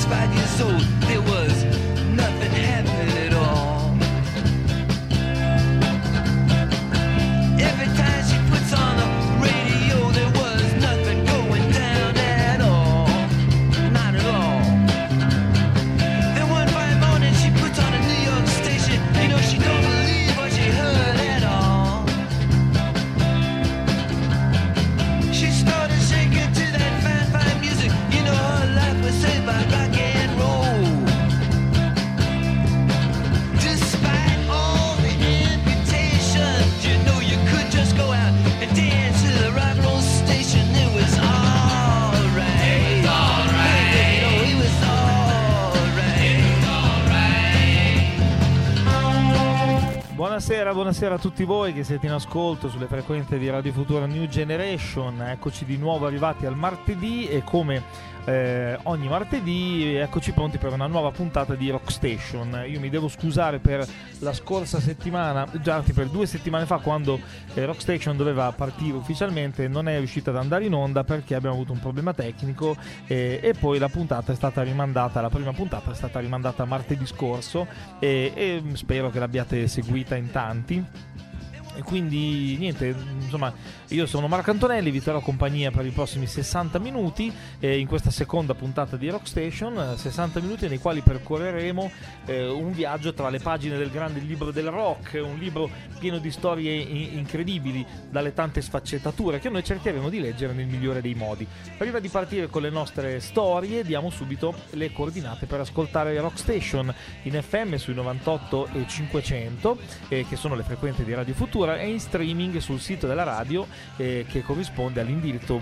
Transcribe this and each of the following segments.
5 years old, there was nothing happening at all. Every time she puts on the radio, there was nothing going down at all. Not at all. Then one fine morning she puts on a New York station. You know she don't believe what she heard at all. She started shaking to that fine, fine music. You know her life was saved by rock and roll. Despite all the invitations, you know you could just go out and dance to the rock and roll station. It was alright. It was alright. No, it was alright. Buonasera a tutti voi che siete in ascolto sulle frequenze di Radio Futura New Generation. Eccoci di nuovo arrivati al martedì e come ogni martedì eccoci pronti per una nuova puntata di Rock Station. Io mi devo scusare per la scorsa settimana, già per 2 settimane fa, quando Rock Station doveva partire ufficialmente, non è riuscita ad andare in onda perché abbiamo avuto un problema tecnico e poi la puntata è stata rimandata, la prima puntata è stata rimandata martedì scorso e spero che l'abbiate seguita in tanti. E quindi niente, insomma, io sono Marco Antonelli, vi terrò compagnia per i prossimi 60 minuti in questa seconda puntata di Rock Station, 60 minuti nei quali percorreremo un viaggio tra le pagine del grande libro del rock, un libro pieno di storie incredibili dalle tante sfaccettature che noi cercheremo di leggere nel migliore dei modi. Prima di partire con le nostre storie diamo subito le coordinate per ascoltare Rock Station in FM sui 98 e 500 che sono le frequenze di Radio Futura, e in streaming sul sito della radio che corrisponde all'indirizzo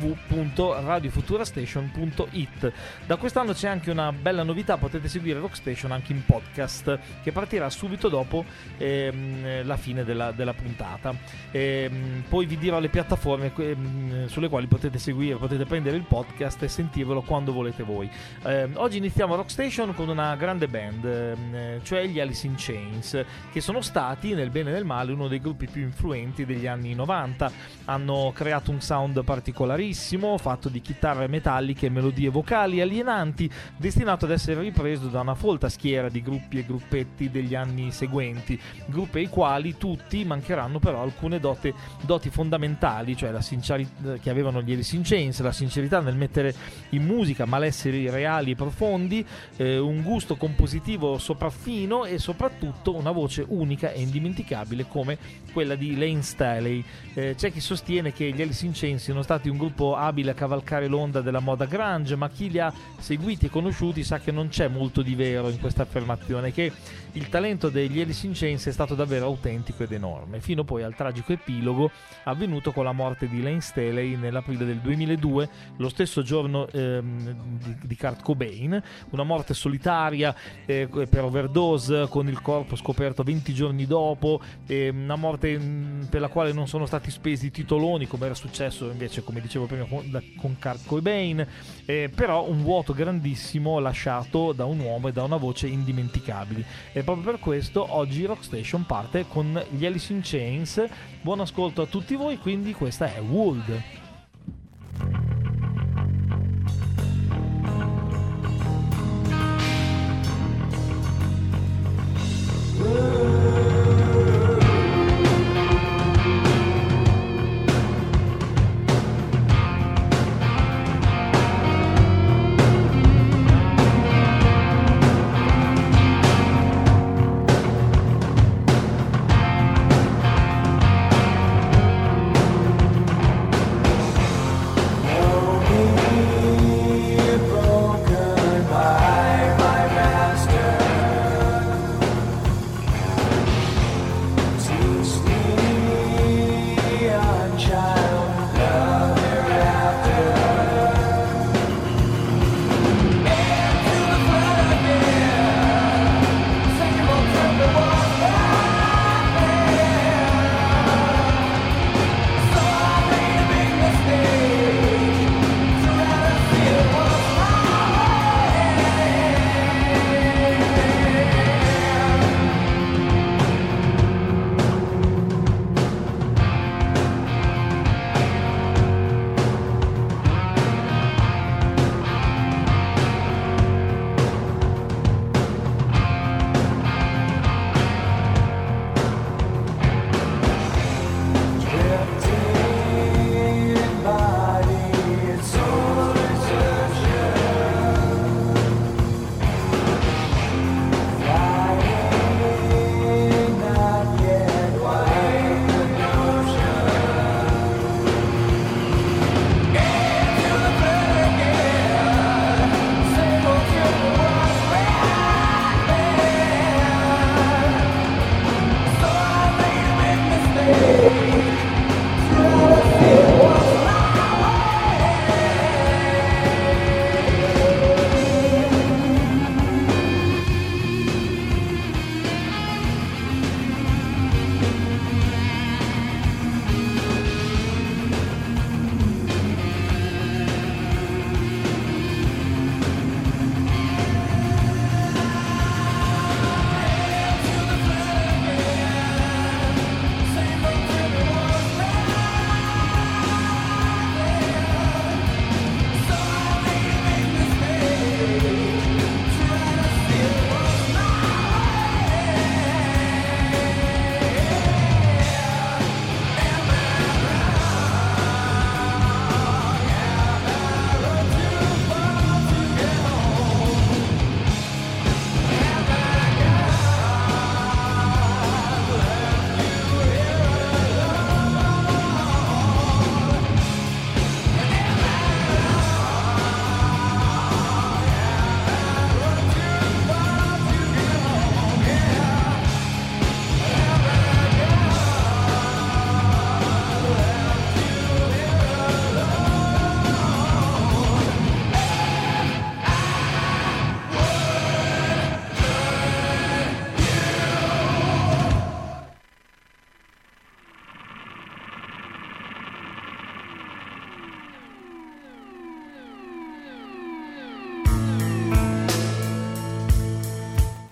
www.radiofuturastation.it. Da quest'anno c'è anche una bella novità, potete seguire Rock Station anche in podcast che partirà subito dopo la fine della puntata. Poi vi dirò le piattaforme sulle quali potete seguire, potete prendere il podcast e sentirvelo quando volete voi. Oggi iniziamo Rock Station con una grande band, cioè gli Alice in Chains, che sono stati nel bene e nel male uno dei gruppi più influenti degli anni 90. Hanno creato un sound particolarissimo fatto di chitarre metalliche e melodie vocali alienanti, destinato ad essere ripreso da una folta schiera di gruppi e gruppetti degli anni seguenti, gruppi ai quali tutti mancheranno però alcune doti fondamentali, cioè la sincerità che avevano gli Alice in Chains, la sincerità nel mettere in musica malesseri reali e profondi, un gusto compositivo sopraffino e soprattutto una voce unica e indimenticabile come quella di Lane Staley. C'è chi sostiene che gli Alice in Chains siano stati un gruppo abile a cavalcare l'onda della moda grunge, ma chi li ha seguiti e conosciuti sa che non c'è molto di vero in questa affermazione, che il talento degli Alice in Chains è stato davvero autentico ed enorme, fino poi al tragico epilogo avvenuto con la morte di Lane Staley nell'aprile del 2002, lo stesso giorno di Kurt Cobain, una morte solitaria per overdose, con il corpo scoperto 20 giorni dopo, una morte per la quale non sono stati spesi titoloni come era successo invece, come dicevo prima, con Kurt Cobain, però un vuoto grandissimo lasciato da un uomo e da una voce indimenticabili, e proprio per questo oggi Rock Station parte con gli Alice in Chains. Buon ascolto a tutti voi, quindi questa è Would.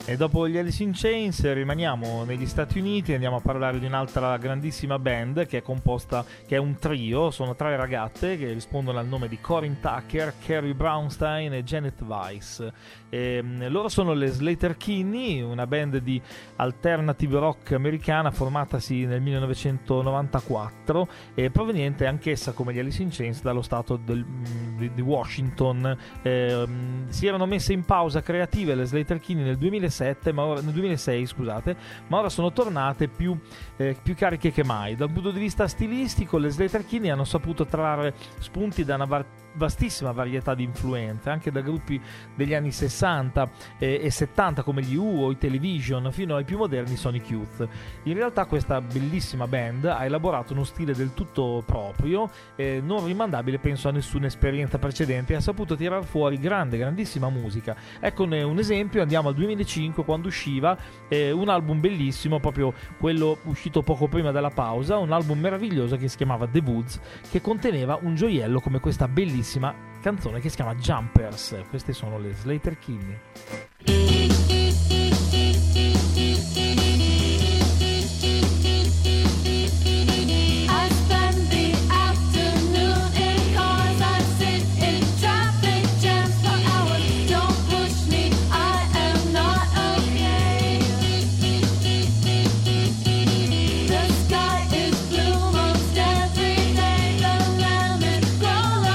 E dopo gli Alice in Chains rimaniamo negli Stati Uniti e andiamo a parlare di un'altra grandissima band che è un trio, sono 3 ragazze che rispondono al nome di Corinne Tucker, Carrie Brownstein e Janet Weiss. Loro sono le Sleater-Kinney, una band di alternative rock americana formatasi nel 1994 e proveniente anch'essa come gli Alice in Chains dallo stato di Washington. Si erano messe in pausa creative le Sleater-Kinney nel 2006, scusate, ma ora sono tornate più cariche che mai. Dal punto di vista stilistico le Sleater-Kinney hanno saputo trarre spunti da una vastissima varietà di influenze, anche da gruppi degli anni 60 e 70 come gli Who o i Television fino ai più moderni Sonic Youth. In realtà questa bellissima band ha elaborato uno stile del tutto proprio, non rimandabile penso a nessuna esperienza precedente, e ha saputo tirar fuori grandissima musica. Eccone un esempio, andiamo al 2005 quando usciva un album bellissimo, proprio quello uscito poco prima della pausa, un album meraviglioso che si chiamava The Woods, che conteneva un gioiello come questa bellissima canzone che si chiama Jumpers. Queste sono le Sleater-Kinney.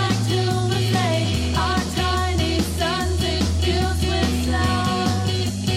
Our tiny sons infused with sound.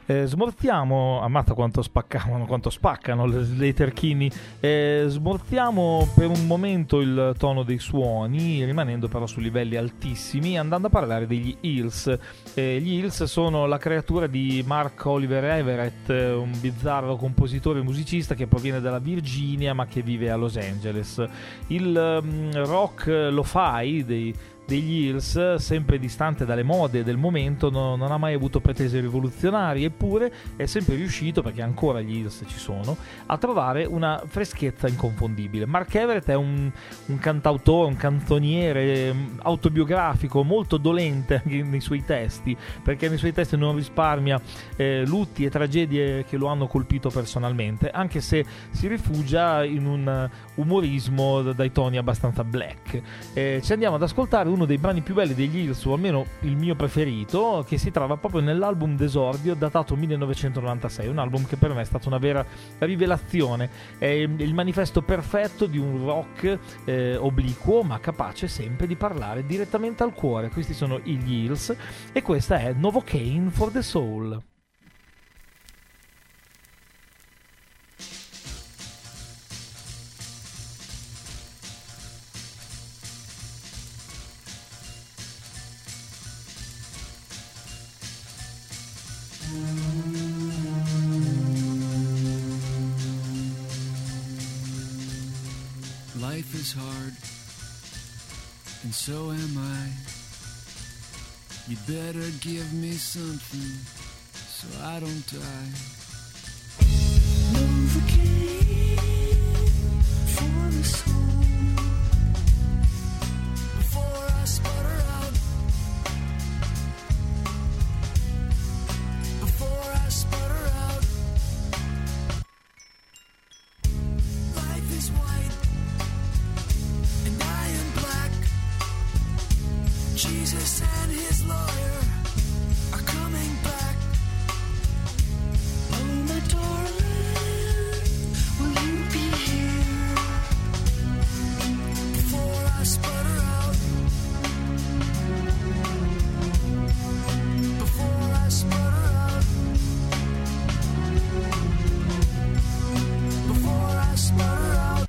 Smorziamo, ammazza quanto spaccano le terchini. Smorziamo per un momento il tono dei suoni, rimanendo però su livelli altissimi, andando a parlare degli Hills. Gli Hills sono la creatura di Mark Oliver Everett, un bizzarro compositore e musicista che proviene dalla Virginia ma che vive a Los Angeles. Il rock lo-fi degli Hills, sempre distante dalle mode del momento, non ha mai avuto pretese rivoluzionarie, eppure è sempre riuscito, perché ancora gli Hills ci sono, a trovare una freschezza inconfondibile. Mark Everett è un cantautore, un canzoniere autobiografico molto dolente anche nei suoi testi, perché nei suoi testi non risparmia lutti e tragedie che lo hanno colpito personalmente, anche se si rifugia in un umorismo dai toni abbastanza black. Ci andiamo ad ascoltare uno dei brani più belli degli Hills, o almeno il mio preferito, che si trova proprio nell'album d'esordio datato 1996, un album che per me è stata una vera rivelazione. È il manifesto perfetto di un rock obliquo ma capace sempre di parlare direttamente al cuore. Questi sono gli Hills e questa è Novocaine for the Soul. Life is hard, and so am I. You better give me something so I don't die. Novocaine for the soul. Before I sputter out, before I sputter out. Life is white and I am black. Jesus and his lawyer are coming back. Oh my darling, will you be here before I sputter out? Before I sputter out. Before I sputter out.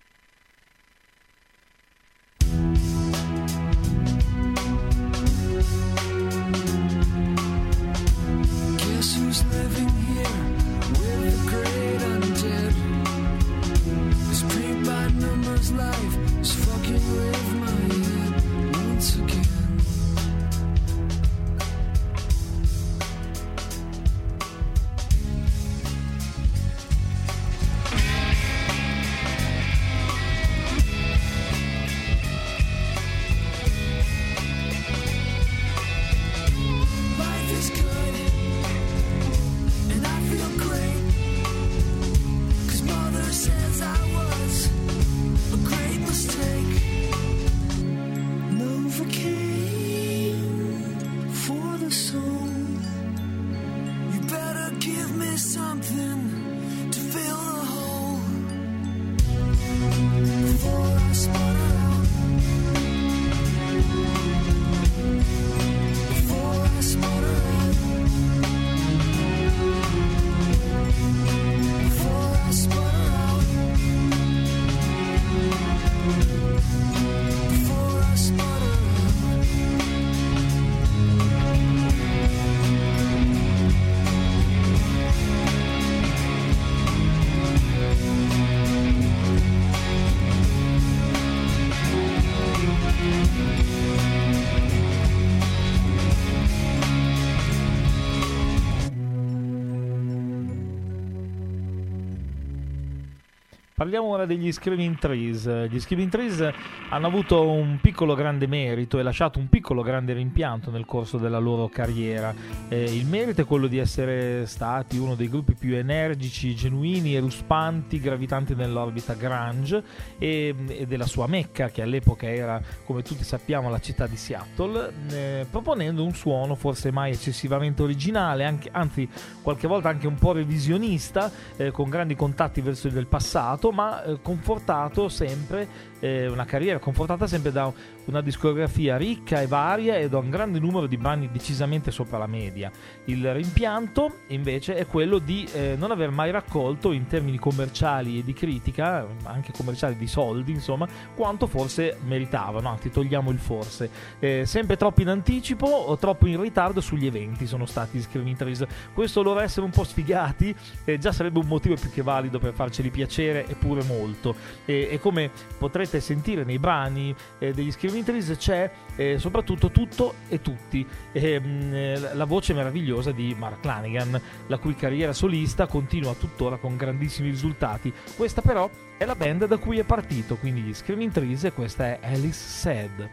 Guess who's living here with the great undead? This paint by numbers life is fucking with my head once again. Life is good, and I feel great, 'cause mother says I was a great mistake. Novocaine for the soul. You better give me something to fill the hole before I sputter out. Before I sputter out. Before I sputter out. Before I sputter out. Parliamo ora degli Screaming Trees. Gli Screaming Trees hanno avuto un piccolo grande merito e lasciato un piccolo grande rimpianto nel corso della loro carriera. Il merito è quello di essere stati uno dei gruppi più energici, genuini e ruspanti, gravitanti nell'orbita grunge e della sua mecca, che all'epoca era, come tutti sappiamo, la città di Seattle, proponendo un suono forse mai eccessivamente originale, anzi qualche volta anche un po' revisionista, con grandi contatti verso il passato, passato, ma confortato sempre, una carriera confortata sempre da una discografia ricca e varia e da un grande numero di brani decisamente sopra la media. Il rimpianto invece è quello di non aver mai raccolto in termini commerciali e di critica, anche commerciali, di soldi insomma, quanto forse meritavano, anzi togliamo il forse. Sempre troppo in anticipo o troppo in ritardo sugli eventi sono stati gli Screaming Trees. Questo loro essere un po' sfigati già sarebbe un motivo più che valido per farceli piacere, eppure molto. E come potrete sentire nei brani degli Screaming Trees c'è soprattutto tutto e tutti, la voce meravigliosa di Mark Lanegan, la cui carriera solista continua tuttora con grandissimi risultati. Questa però è la band da cui è partito, quindi gli Screaming Trees, e questa è Alice Said.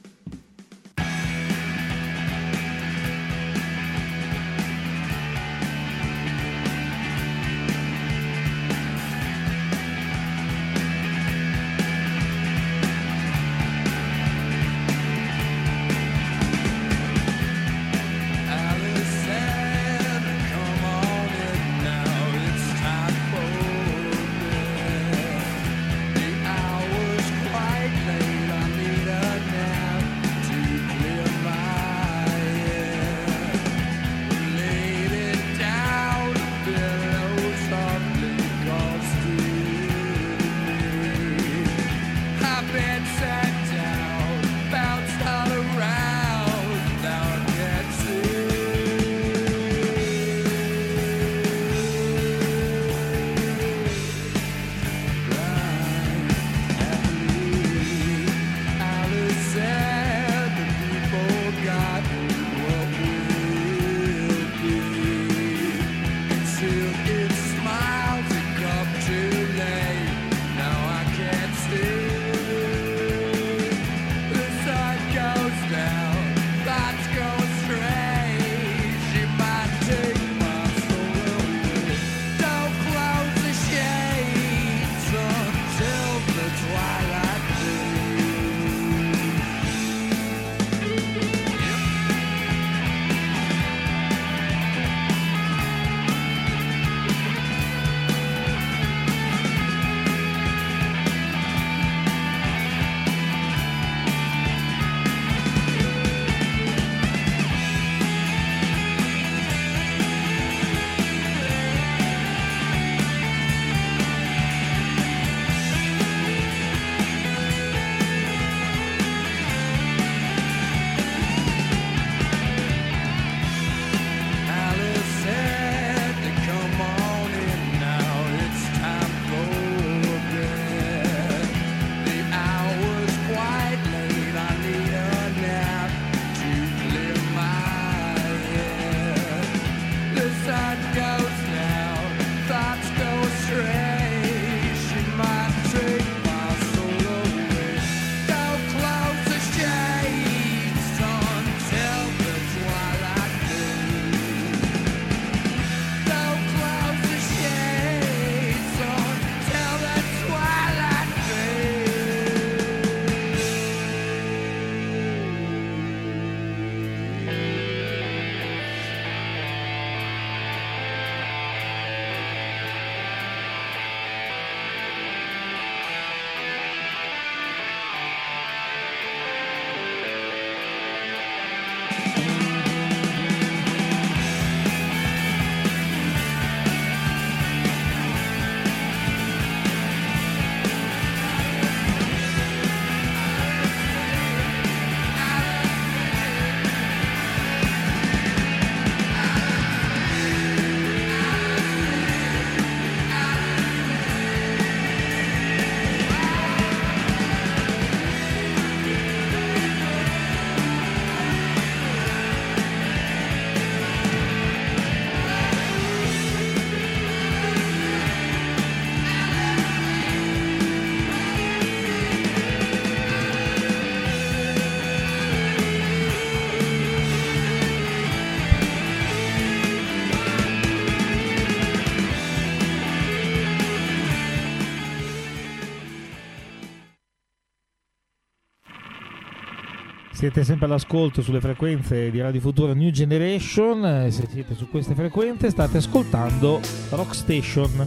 Siete sempre all'ascolto sulle frequenze di Radio Futura New Generation. Se siete su queste frequenze state ascoltando Rock Station.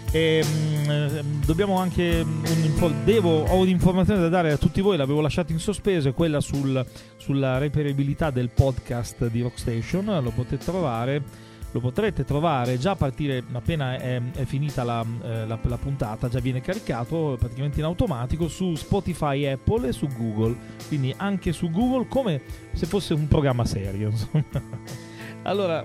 Dobbiamo anche ho un'informazione da dare a tutti voi, l'avevo lasciato in sospeso, è quella sulla reperibilità del podcast di Rockstation. Lo potrete trovare già a partire appena è finita la puntata, già viene caricato praticamente in automatico su Spotify, Apple e su Google, quindi anche su Google come se fosse un programma serio, insomma. Allora,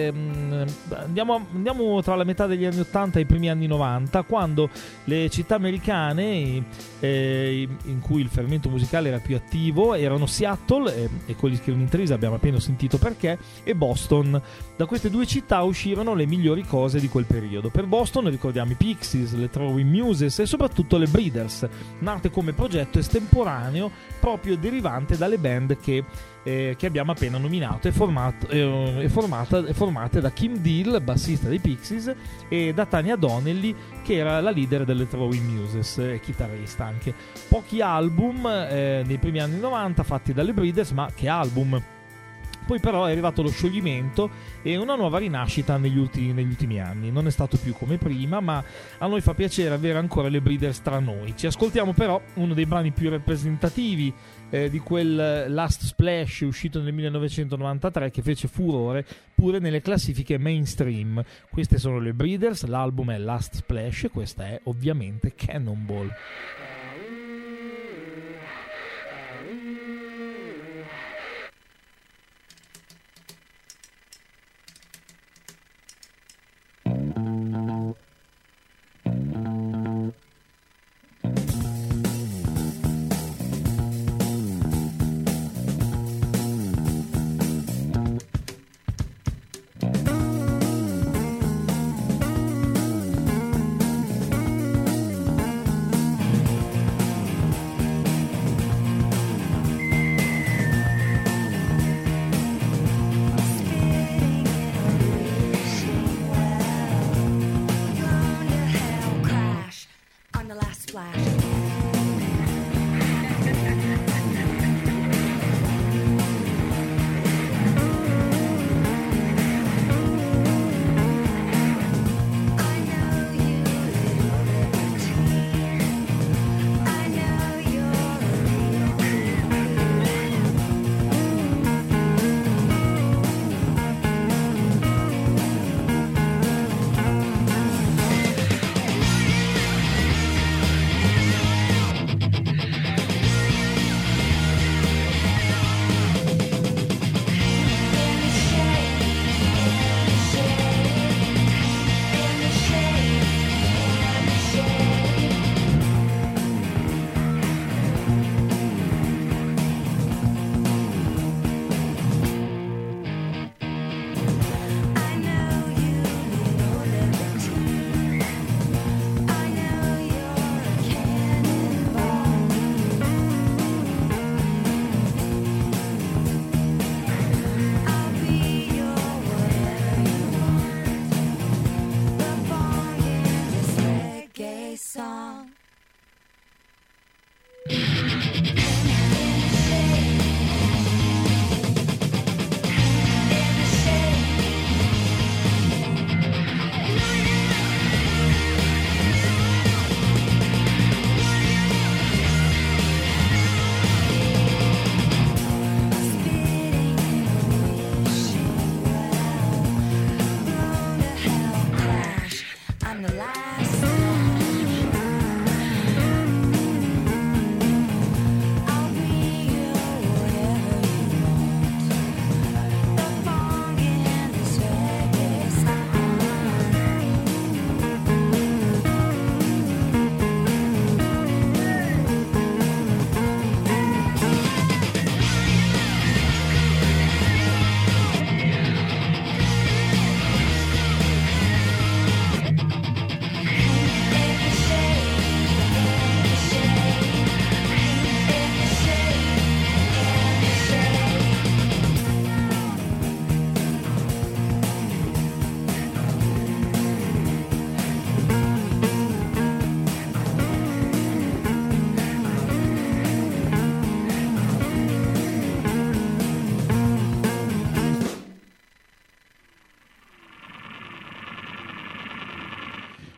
andiamo tra la metà degli anni 80 e i primi anni 90, quando le città americane in cui il fermento musicale era più attivo erano Seattle, e con gli Screaming Trees abbiamo appena sentito perché, e Boston. Da queste due città uscirono le migliori cose di quel periodo. Per Boston ricordiamo i Pixies, le Throwing Muses e soprattutto le Breeders, nate come progetto estemporaneo proprio derivante dalle band che abbiamo appena nominato, formate da Kim Deal, bassista dei Pixies, e da Tanya Donnelly, che era la leader delle Throwing Muses e chitarrista anche. Pochi album nei primi anni 90 fatti dalle Breeders, ma che album! Poi però è arrivato lo scioglimento e una nuova rinascita negli ultimi anni. Non è stato più come prima, ma a noi fa piacere avere ancora le Breeders tra noi. Ci ascoltiamo però uno dei brani più rappresentativi di quel Last Splash uscito nel 1993, che fece furore pure nelle classifiche mainstream. Queste sono le Breeders, l'album è Last Splash e questa è ovviamente Cannonball.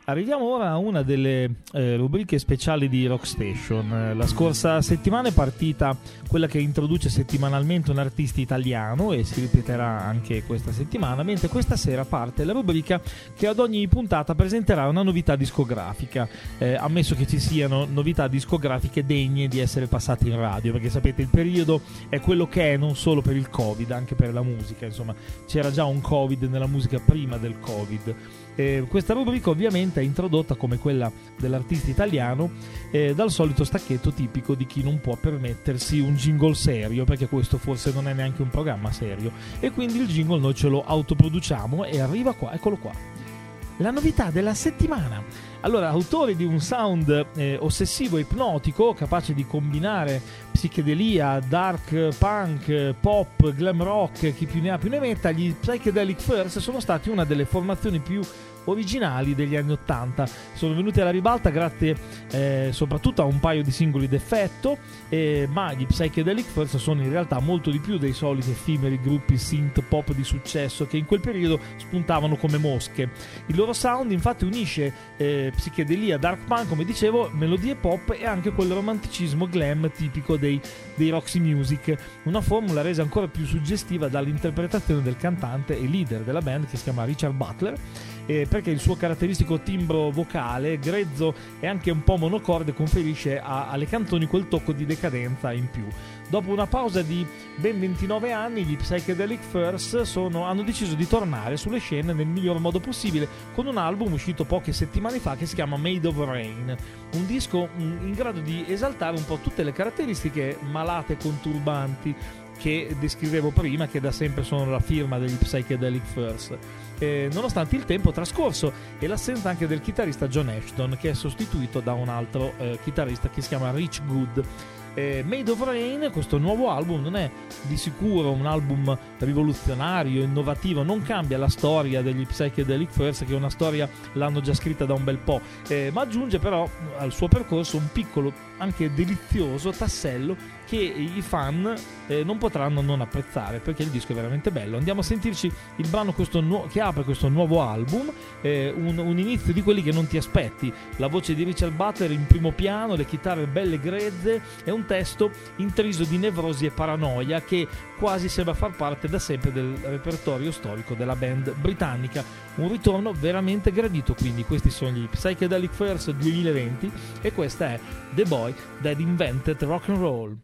Arriviamo ora a una delle rubriche speciali di Rock Station. La scorsa settimana è partita quella che introduce settimanalmente un artista italiano e si ripeterà anche questa settimana, mentre questa sera parte la rubrica che ad ogni puntata presenterà una novità discografica, ammesso che ci siano novità discografiche degne di essere passate in radio, perché sapete il periodo è quello che è, non solo per il Covid, anche per la musica, insomma c'era già un Covid nella musica prima del Covid. Questa rubrica ovviamente è introdotta come quella dell'artista italiano dal solito stacchetto tipico di chi non può permettersi un jingle serio, perché questo forse non è neanche un programma serio, e quindi il jingle noi ce lo autoproduciamo e arriva qua, eccolo qua, la novità della settimana. Allora, autori di un sound ossessivo e ipnotico capace di combinare psichedelia, dark punk, pop, glam rock, chi più ne ha più ne metta, gli Psychedelic Furs sono stati una delle formazioni più originali degli anni '80. Sono venuti alla ribalta grazie soprattutto a un paio di singoli d'effetto, ma gli Psychedelic Furs sono in realtà molto di più dei soliti effimeri gruppi synth pop di successo che in quel periodo spuntavano come mosche. Il loro sound infatti unisce psichedelia, dark punk, come dicevo, melodie pop e anche quel romanticismo glam tipico dei Roxy Music, una formula resa ancora più suggestiva dall'interpretazione del cantante e leader della band che si chiama Richard Butler, perché il suo caratteristico timbro vocale grezzo e anche un po' monocorde conferisce alle canzoni quel tocco di decadenza in più. Dopo una pausa di ben 29 anni, gli Psychedelic Furs hanno deciso di tornare sulle scene nel miglior modo possibile con un album uscito poche settimane fa che si chiama Made of Rain, un disco in grado di esaltare un po' tutte le caratteristiche malate e conturbanti che descrivevo prima, che da sempre sono la firma degli Psychedelic Furs, nonostante il tempo trascorso e l'assenza anche del chitarrista John Ashton, che è sostituito da un altro chitarrista che si chiama Rich Good. Made of Rain, questo nuovo album, non è di sicuro un album rivoluzionario, innovativo, non cambia la storia degli Psychedelic Furs, che è una storia l'hanno già scritta da un bel po', ma aggiunge però al suo percorso un piccolo, anche delizioso tassello che i fan non potranno non apprezzare, perché il disco è veramente bello. Andiamo a sentirci il brano che apre questo nuovo album, un inizio di quelli che non ti aspetti, la voce di Richard Butler in primo piano, le chitarre belle grezze e un testo intriso di nevrosi e paranoia che quasi sembra far parte da sempre del repertorio storico della band britannica. Un ritorno veramente gradito, quindi questi sono gli Psychedelic Furs 2020 e questa è The Boy That Invented Rock and Roll.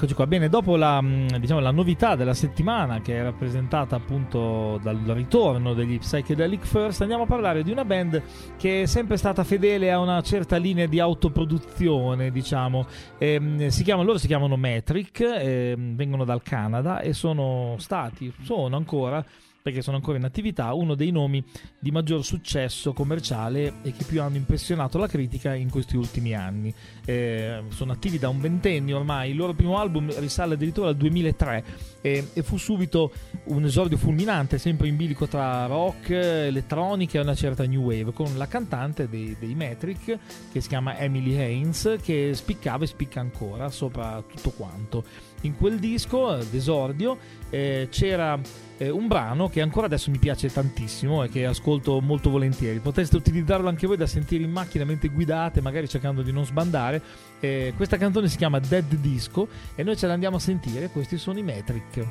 Eccoci qua. Bene, dopo la novità della settimana, che è rappresentata appunto dal ritorno degli Psychedelic Furs, andiamo a parlare di una band che è sempre stata fedele a una certa linea di autoproduzione, diciamo. Loro si chiamano Metric, vengono dal Canada e sono ancora, perché sono ancora in attività, uno dei nomi di maggior successo commerciale e che più hanno impressionato la critica in questi ultimi anni. Sono attivi da un ventennio ormai, il loro primo album risale addirittura al 2003 e fu subito un esordio fulminante, sempre in bilico tra rock, elettronica e una certa new wave, con la cantante dei Metric, che si chiama Emily Haynes, che spiccava e spicca ancora sopra tutto quanto. In quel disco d'esordio c'era un brano che ancora adesso mi piace tantissimo e che ascolto molto volentieri. Potreste utilizzarlo anche voi da sentire in macchina mentre guidate, magari cercando di non sbandare. Questa canzone si chiama Dead Disco e noi ce la andiamo a sentire. Questi sono i Metric.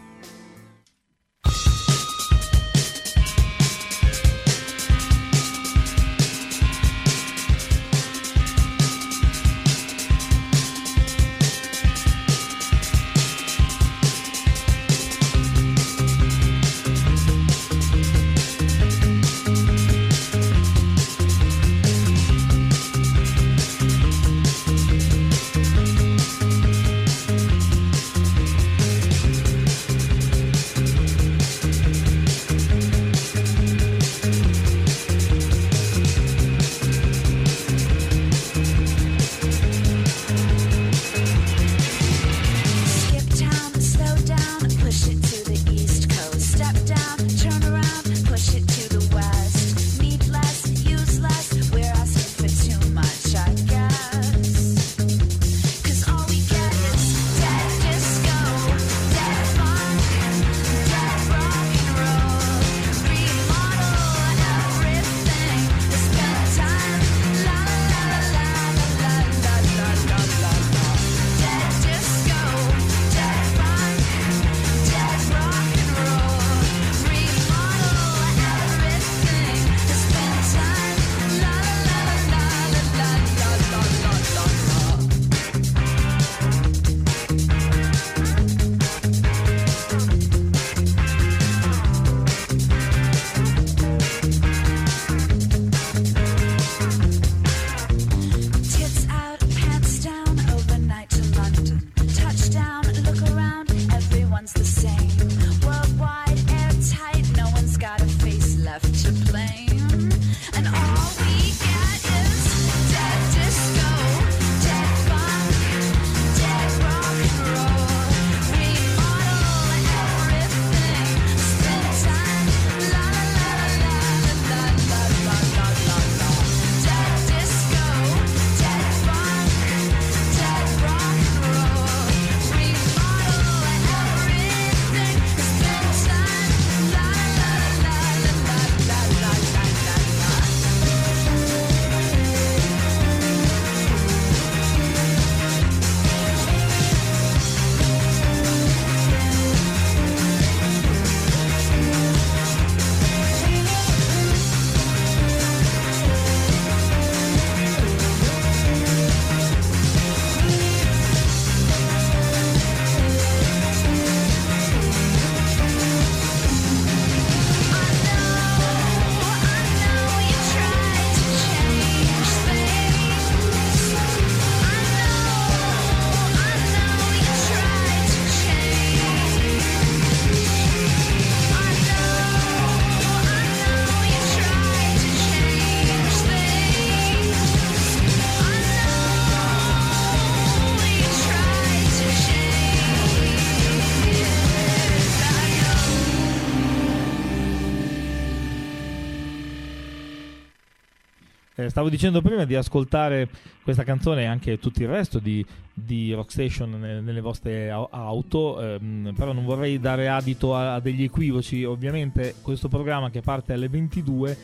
Stavo dicendo prima di ascoltare questa canzone e anche tutto il resto di Rockstation nelle vostre auto, però non vorrei dare adito a degli equivoci. Ovviamente questo programma, che parte alle 22,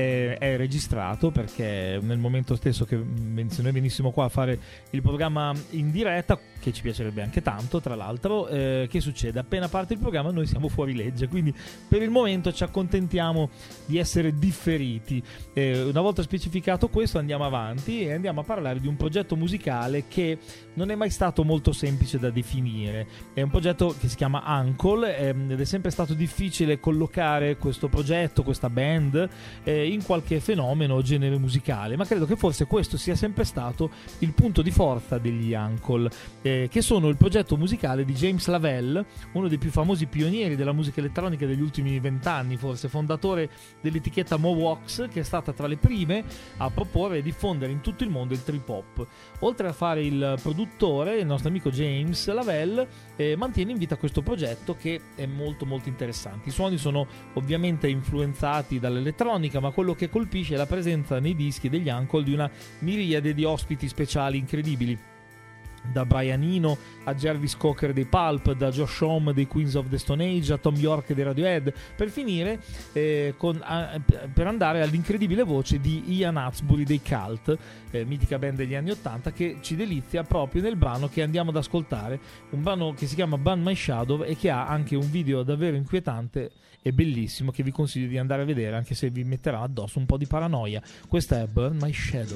è registrato, perché nel momento stesso che se noi venissimo qua a fare il programma in diretta, che ci piacerebbe anche tanto tra l'altro, che succede? Appena parte il programma noi siamo fuori legge, quindi per il momento ci accontentiamo di essere differiti. Una volta specificato questo, andiamo avanti e andiamo a parlare di un progetto musicale che non non è mai stato molto semplice da definire. È un progetto che si chiama Uncle ed è sempre stato difficile collocare questo progetto, questa band, in qualche fenomeno o genere musicale, ma credo che forse questo sia sempre stato il punto di forza degli Uncle, che sono il progetto musicale di James Lavelle, uno dei più famosi pionieri della musica elettronica degli ultimi 20 anni, forse fondatore dell'etichetta Mowox, che è stata tra le prime a proporre e diffondere in tutto il mondo il trip hop. Oltre a fare il produttore, il nostro amico James Lavelle mantiene in vita questo progetto che è molto molto interessante. I suoni sono ovviamente influenzati dall'elettronica, ma quello che colpisce è la presenza nei dischi degli Uncle di una miriade di ospiti speciali incredibili, da Brian Eno a Jarvis Cocker dei Pulp, da Josh Homme dei Queens of the Stone Age a Tom York dei Radiohead, per finire per andare all'incredibile voce di Ian Hatsbury dei Cult, mitica band degli anni 80, che ci delizia proprio nel brano che andiamo ad ascoltare, un brano che si chiama Burn My Shadow e che ha anche un video davvero inquietante e bellissimo che vi consiglio di andare a vedere, anche se vi metterà addosso un po' di paranoia. Questa è Burn My Shadow.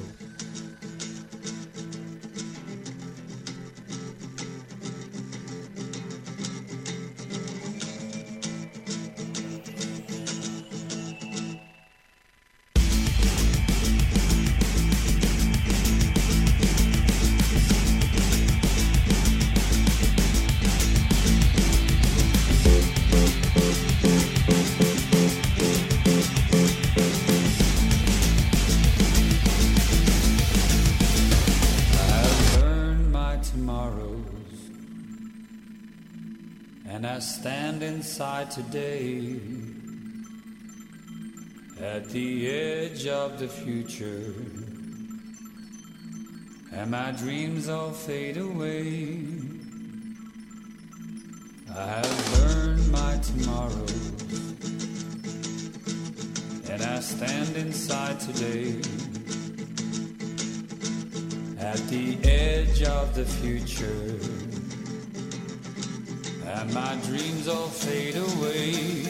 Stand inside today at the edge of the future, and my dreams all fade away. I have burned my tomorrows, and I stand inside today at the edge of the future, and my dreams all fade away.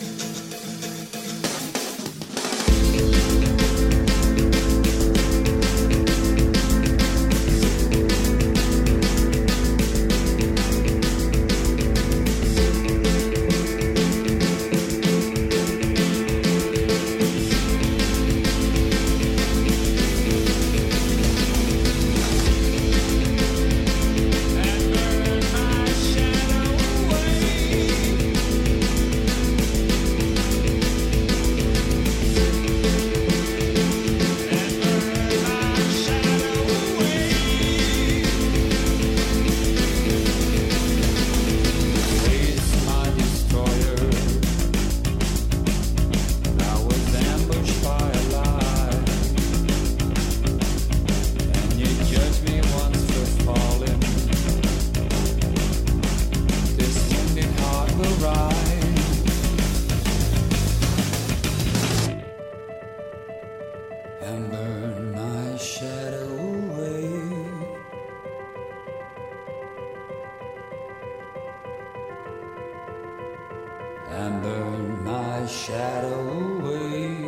And burn my shadow away.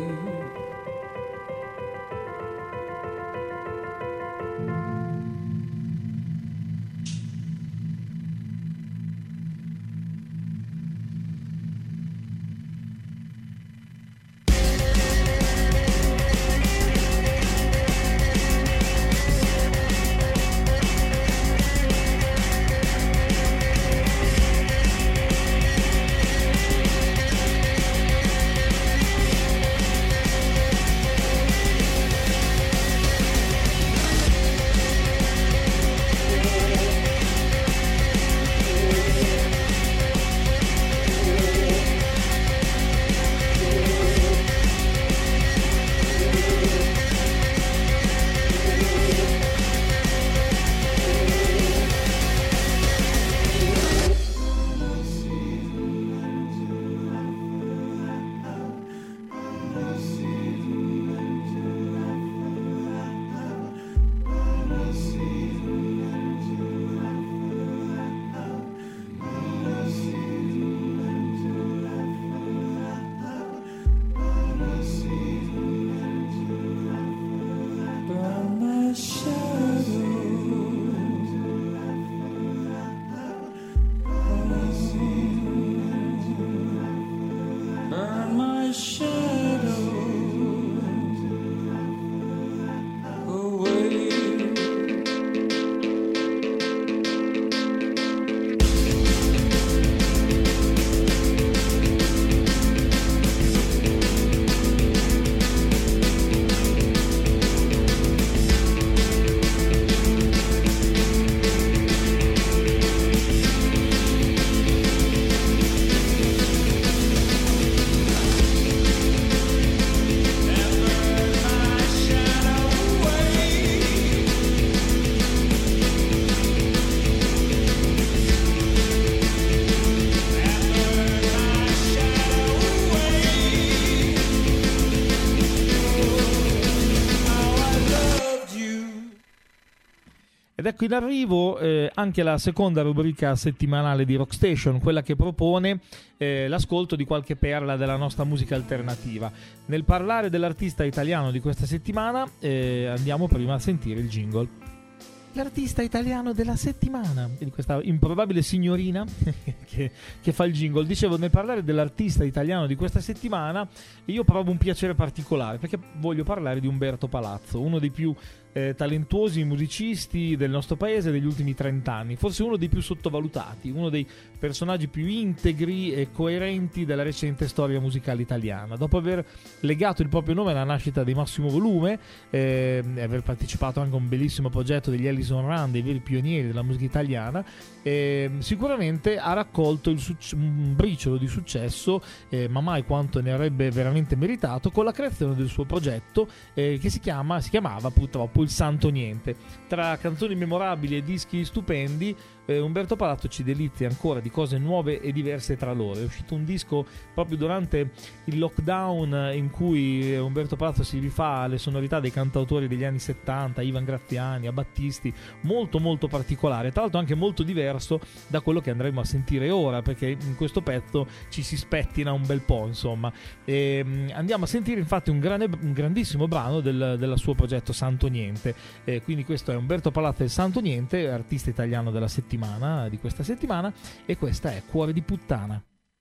Ed ecco in arrivo anche la seconda rubrica settimanale di Rock Station, quella che propone l'ascolto di qualche perla della nostra musica alternativa. Nel parlare dell'artista italiano di questa settimana andiamo prima a sentire il jingle. L'artista italiano della settimana, di questa improbabile signorina che fa il jingle. Dicevo, nel parlare dell'artista italiano di questa settimana io provo un piacere particolare, perché voglio parlare di Umberto Palazzo, uno dei più talentuosi musicisti del nostro paese degli ultimi 30 anni, forse uno dei più sottovalutati, uno dei personaggi più integri e coerenti della recente storia musicale italiana. Dopo aver legato il proprio nome alla nascita dei Massimo Volume e aver partecipato anche a un bellissimo progetto degli Ellison Run, dei veri pionieri della musica italiana, sicuramente ha raccolto un briciolo di successo, ma mai quanto ne avrebbe veramente meritato, con la creazione del suo progetto che si chiamava purtroppo Il Santo Niente. Tra canzoni memorabili e dischi stupendi, Umberto Palazzo ci delizia ancora di cose nuove e diverse tra loro. È uscito un disco proprio durante il lockdown in cui Umberto Palazzo si rifà alle sonorità dei cantautori degli anni 70, Ivan Graziani, a Battisti, molto molto particolare, tra l'altro anche molto diverso da quello che andremo a sentire ora, perché in questo pezzo ci si spettina un bel po', insomma. Andiamo a sentire infatti un grandissimo brano del suo progetto Santo Niente. Quindi questo è Umberto Palazzo e Il Santo Niente, artista italiano della settimana, di questa settimana, e questa è Cuore di puttana.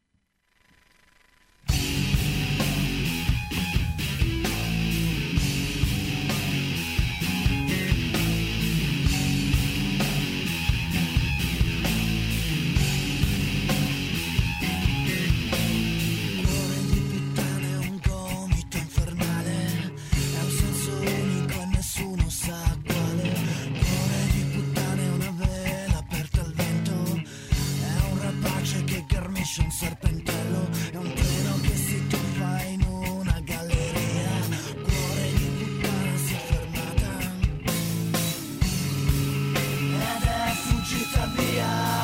Un serpentello è un treno che si tuffa in una galleria. Cuore di puttana si è fermata ed è fuggita via.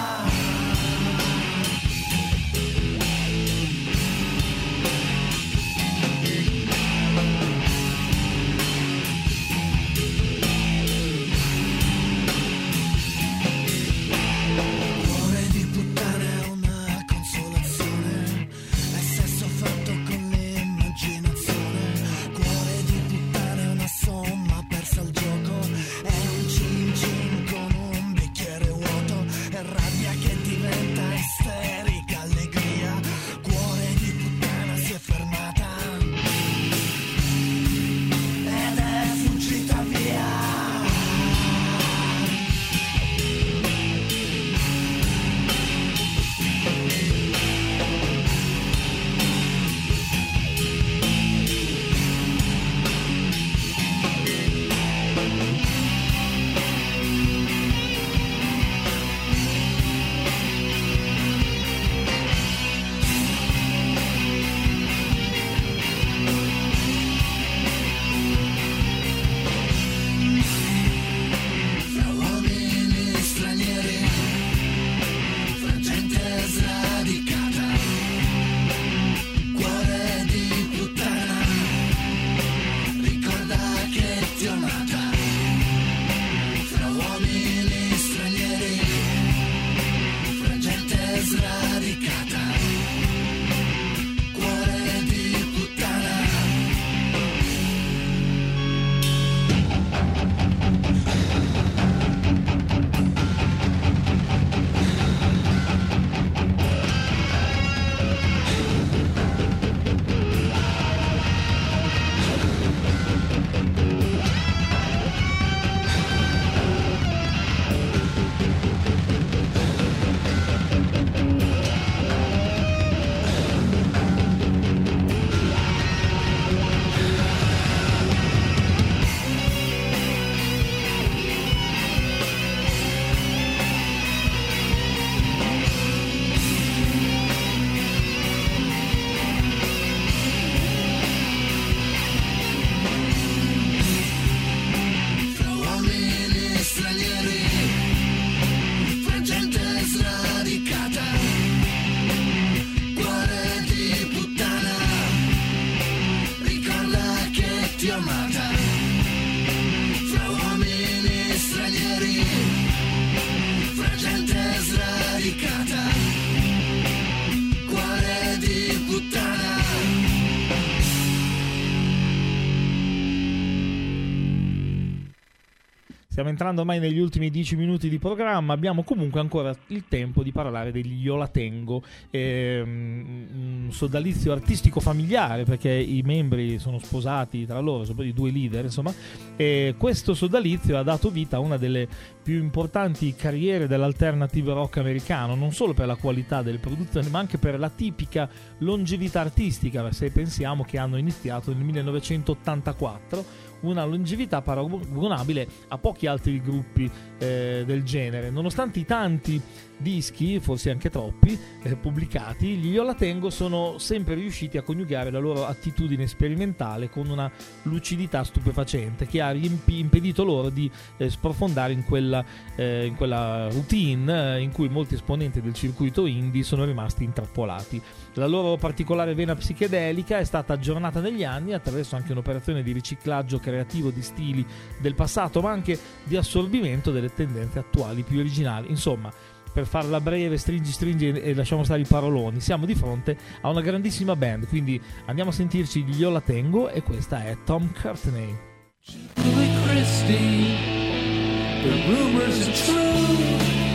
Stiamo entrando ormai negli ultimi 10 minuti di programma, abbiamo comunque ancora il tempo di parlare degli Io La Tengo, un sodalizio artistico familiare, perché i membri sono sposati tra loro, sono i due leader, insomma, e questo sodalizio ha dato vita a una delle più importanti carriere dell'alternative rock americano, non solo per la qualità delle produzioni ma anche per la tipica longevità artistica, se pensiamo che hanno iniziato nel 1984, una longevità paragonabile a pochi altri gruppi del genere. Nonostante i tanti dischi, forse anche troppi, pubblicati, gli Io La Tengo sono sempre riusciti a coniugare la loro attitudine sperimentale con una lucidità stupefacente che ha impedito loro di sprofondare in quella routine in cui molti esponenti del circuito indie sono rimasti intrappolati. La loro particolare vena psichedelica è stata aggiornata negli anni attraverso anche un'operazione di riciclaggio creativo di stili del passato, ma anche di assorbimento delle tendenze attuali più originali. Insomma, per farla breve, stringi e lasciamo stare i paroloni, siamo di fronte a una grandissima band, quindi andiamo a sentirci gli Io La Tengo, e questa è Tom Courtney. Julie Christie, the rumors are true.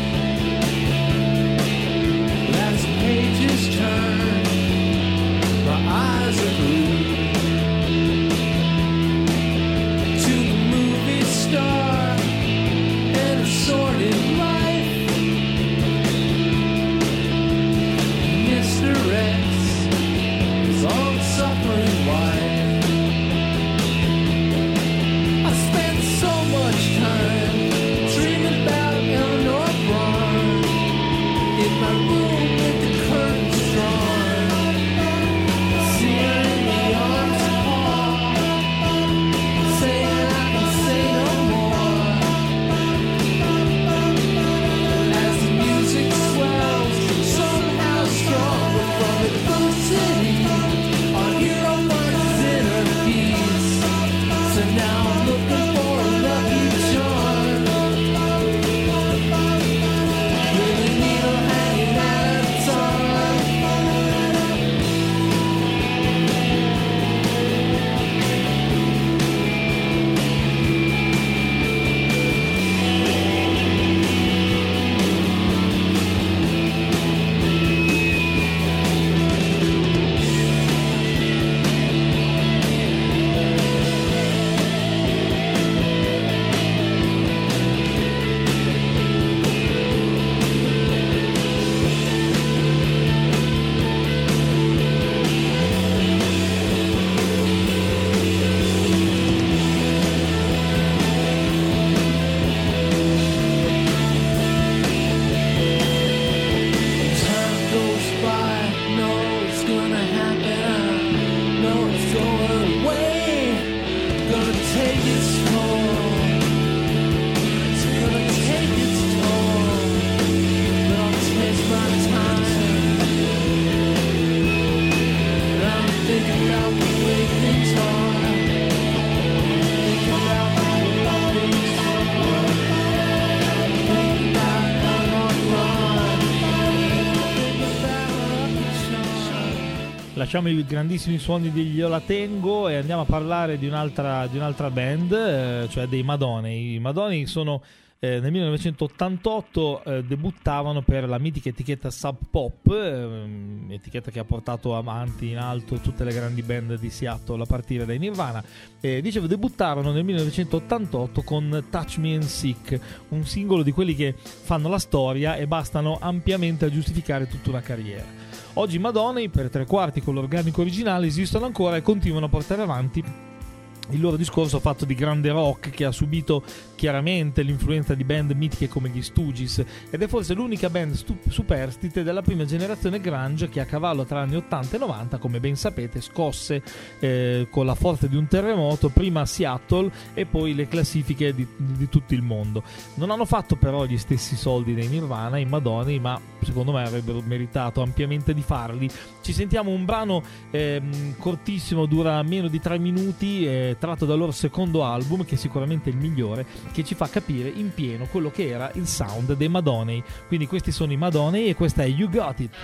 Last pages turn, my eyes are glued to the movie star and a sordid life. Mr. X, his own suffering wife. I spent so much time dreaming about Eleanor Braun in my room with the curtains drawn, seeing in the arms of Paul, saying I can say no more. As the music swells, somehow stronger from adversity, our hero finds inner peace. So now I'm looking for a lucky charm. Really needle hanging out of time. Time goes by, know it's gonna happen, know it's going away, gonna take its toll, it's gonna take its toll, but I'll take my time, and I'm thinking about the way things are, thinking about the way things are, thinking about how I'm wrong. Lasciamo i grandissimi suoni degli Io La Tengo e andiamo a parlare di un'altra band, cioè dei Madonnai. I Madonnai sono nel 1988 debuttavano per la mitica etichetta Sub Pop, etichetta che ha portato avanti in alto tutte le grandi band di Seattle a partire dai Nirvana. Dicevo, debuttarono nel 1988 con Touch Me and Sick, un singolo di quelli che fanno la storia e bastano ampiamente a giustificare tutta una carriera. Oggi i Madonnai, per 3/4 con l'organico originale, esistono ancora e continuano a portare avanti il loro discorso fatto di grande rock che ha subito chiaramente l'influenza di band mitiche come gli Stooges, ed è forse l'unica band superstite della prima generazione grunge che a cavallo tra anni 80 e 90, come ben sapete, scosse con la forza di un terremoto prima a Seattle e poi le classifiche di tutto il mondo. Non hanno fatto però gli stessi soldi dei Nirvana, i Madonnai, ma secondo me avrebbero meritato ampiamente di farli. Ci sentiamo un brano cortissimo, dura meno di 3 minuti, tratto dal loro secondo album, che è sicuramente il migliore, che ci fa capire in pieno quello che era il sound dei Madonnai. Quindi questi sono i Madonnai e questa è You Got It.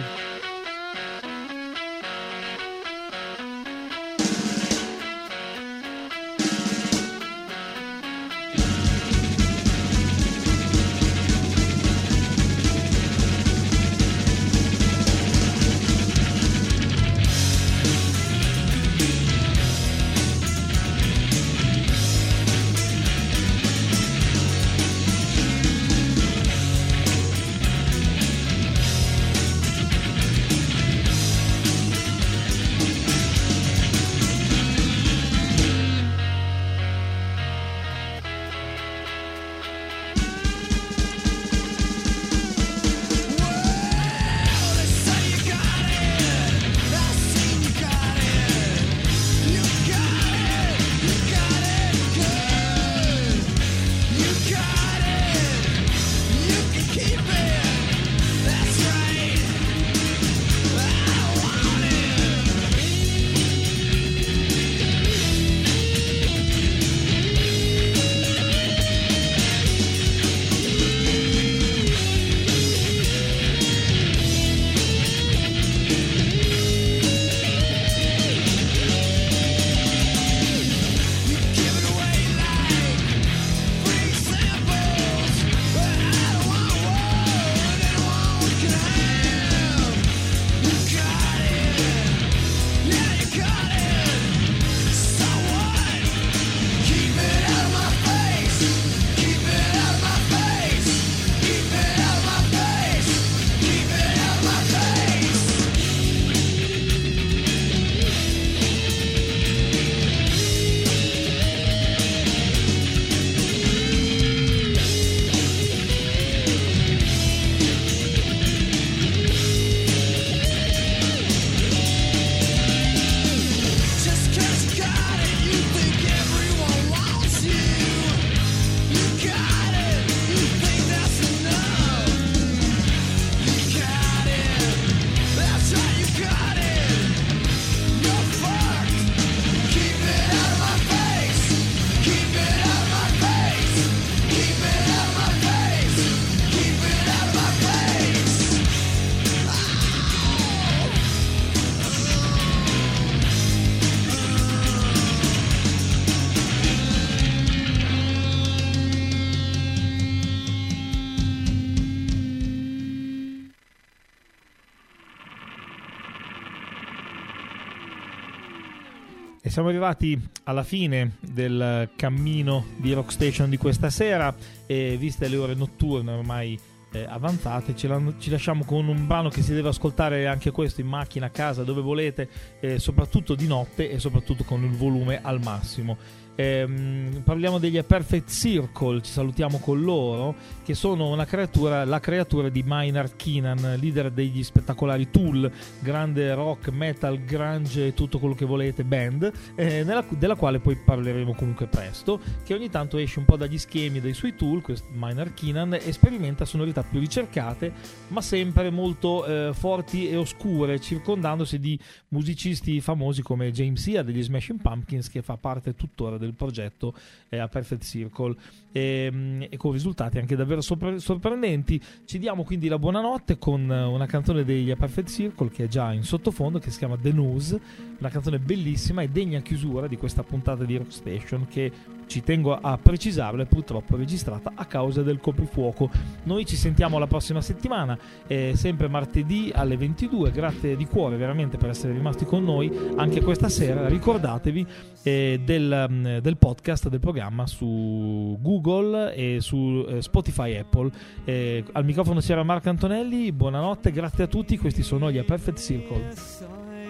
siamo arrivati alla fine del cammino di Rock Station di questa sera e viste le ore notturne ormai avanzate, ci lasciamo con un brano che si deve ascoltare anche questo in macchina, a casa, dove volete, soprattutto di notte e soprattutto con il volume al massimo. Parliamo degli A Perfect Circle, ci salutiamo con loro, che sono la creatura di Maynard Keenan, leader degli spettacolari Tool, grande rock, metal, grunge e tutto quello che volete band, della quale poi parleremo comunque presto, che ogni tanto esce un po' dagli schemi dei suoi Tool, questo Maynard Keenan, e sperimenta sonorità più ricercate ma sempre molto forti e oscure, circondandosi di musicisti famosi come James Ea degli Smashing Pumpkins, che fa parte tuttora del progetto A Perfect Circle, e con risultati anche davvero sorprendenti. Ci diamo quindi la buonanotte con una canzone degli A Perfect Circle che è già in sottofondo, che si chiama The News, una canzone bellissima e degna chiusura di questa puntata di Rock Station, che ci tengo a precisarlo è purtroppo registrata a causa del coprifuoco. Noi ci sentiamo la prossima settimana, sempre martedì alle 22. Grazie di cuore veramente per essere rimasti con noi anche questa sera. Ricordatevi del podcast del programma su Google e su Spotify, Apple. Al microfono c'era Marco Antonelli, buonanotte, grazie a tutti, questi sono gli A Perfect Circle.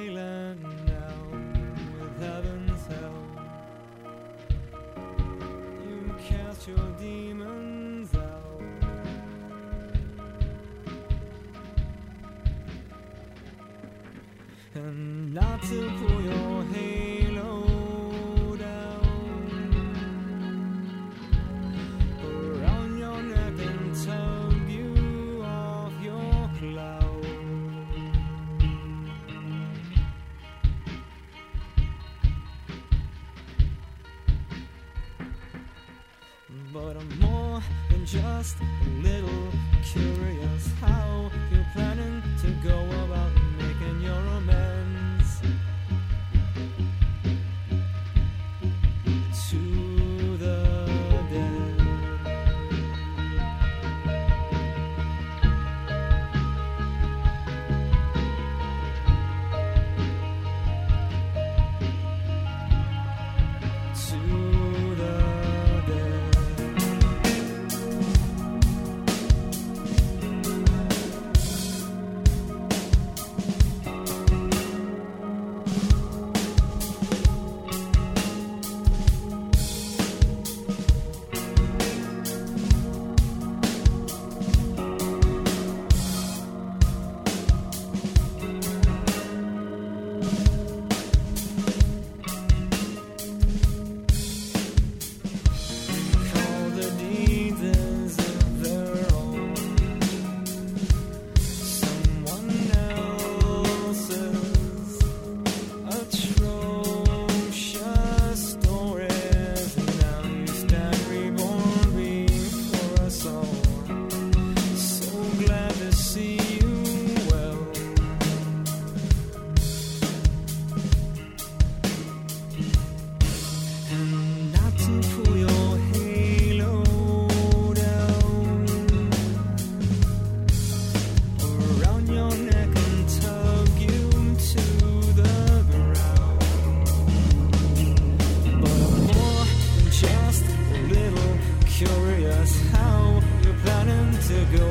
Your demons out, and not to pull your halo down around your neck and tug you off your cloud. But I'm more than just a little curious how you're planning to go about making your amends to the dead. To the dead. Curious how you're planning to go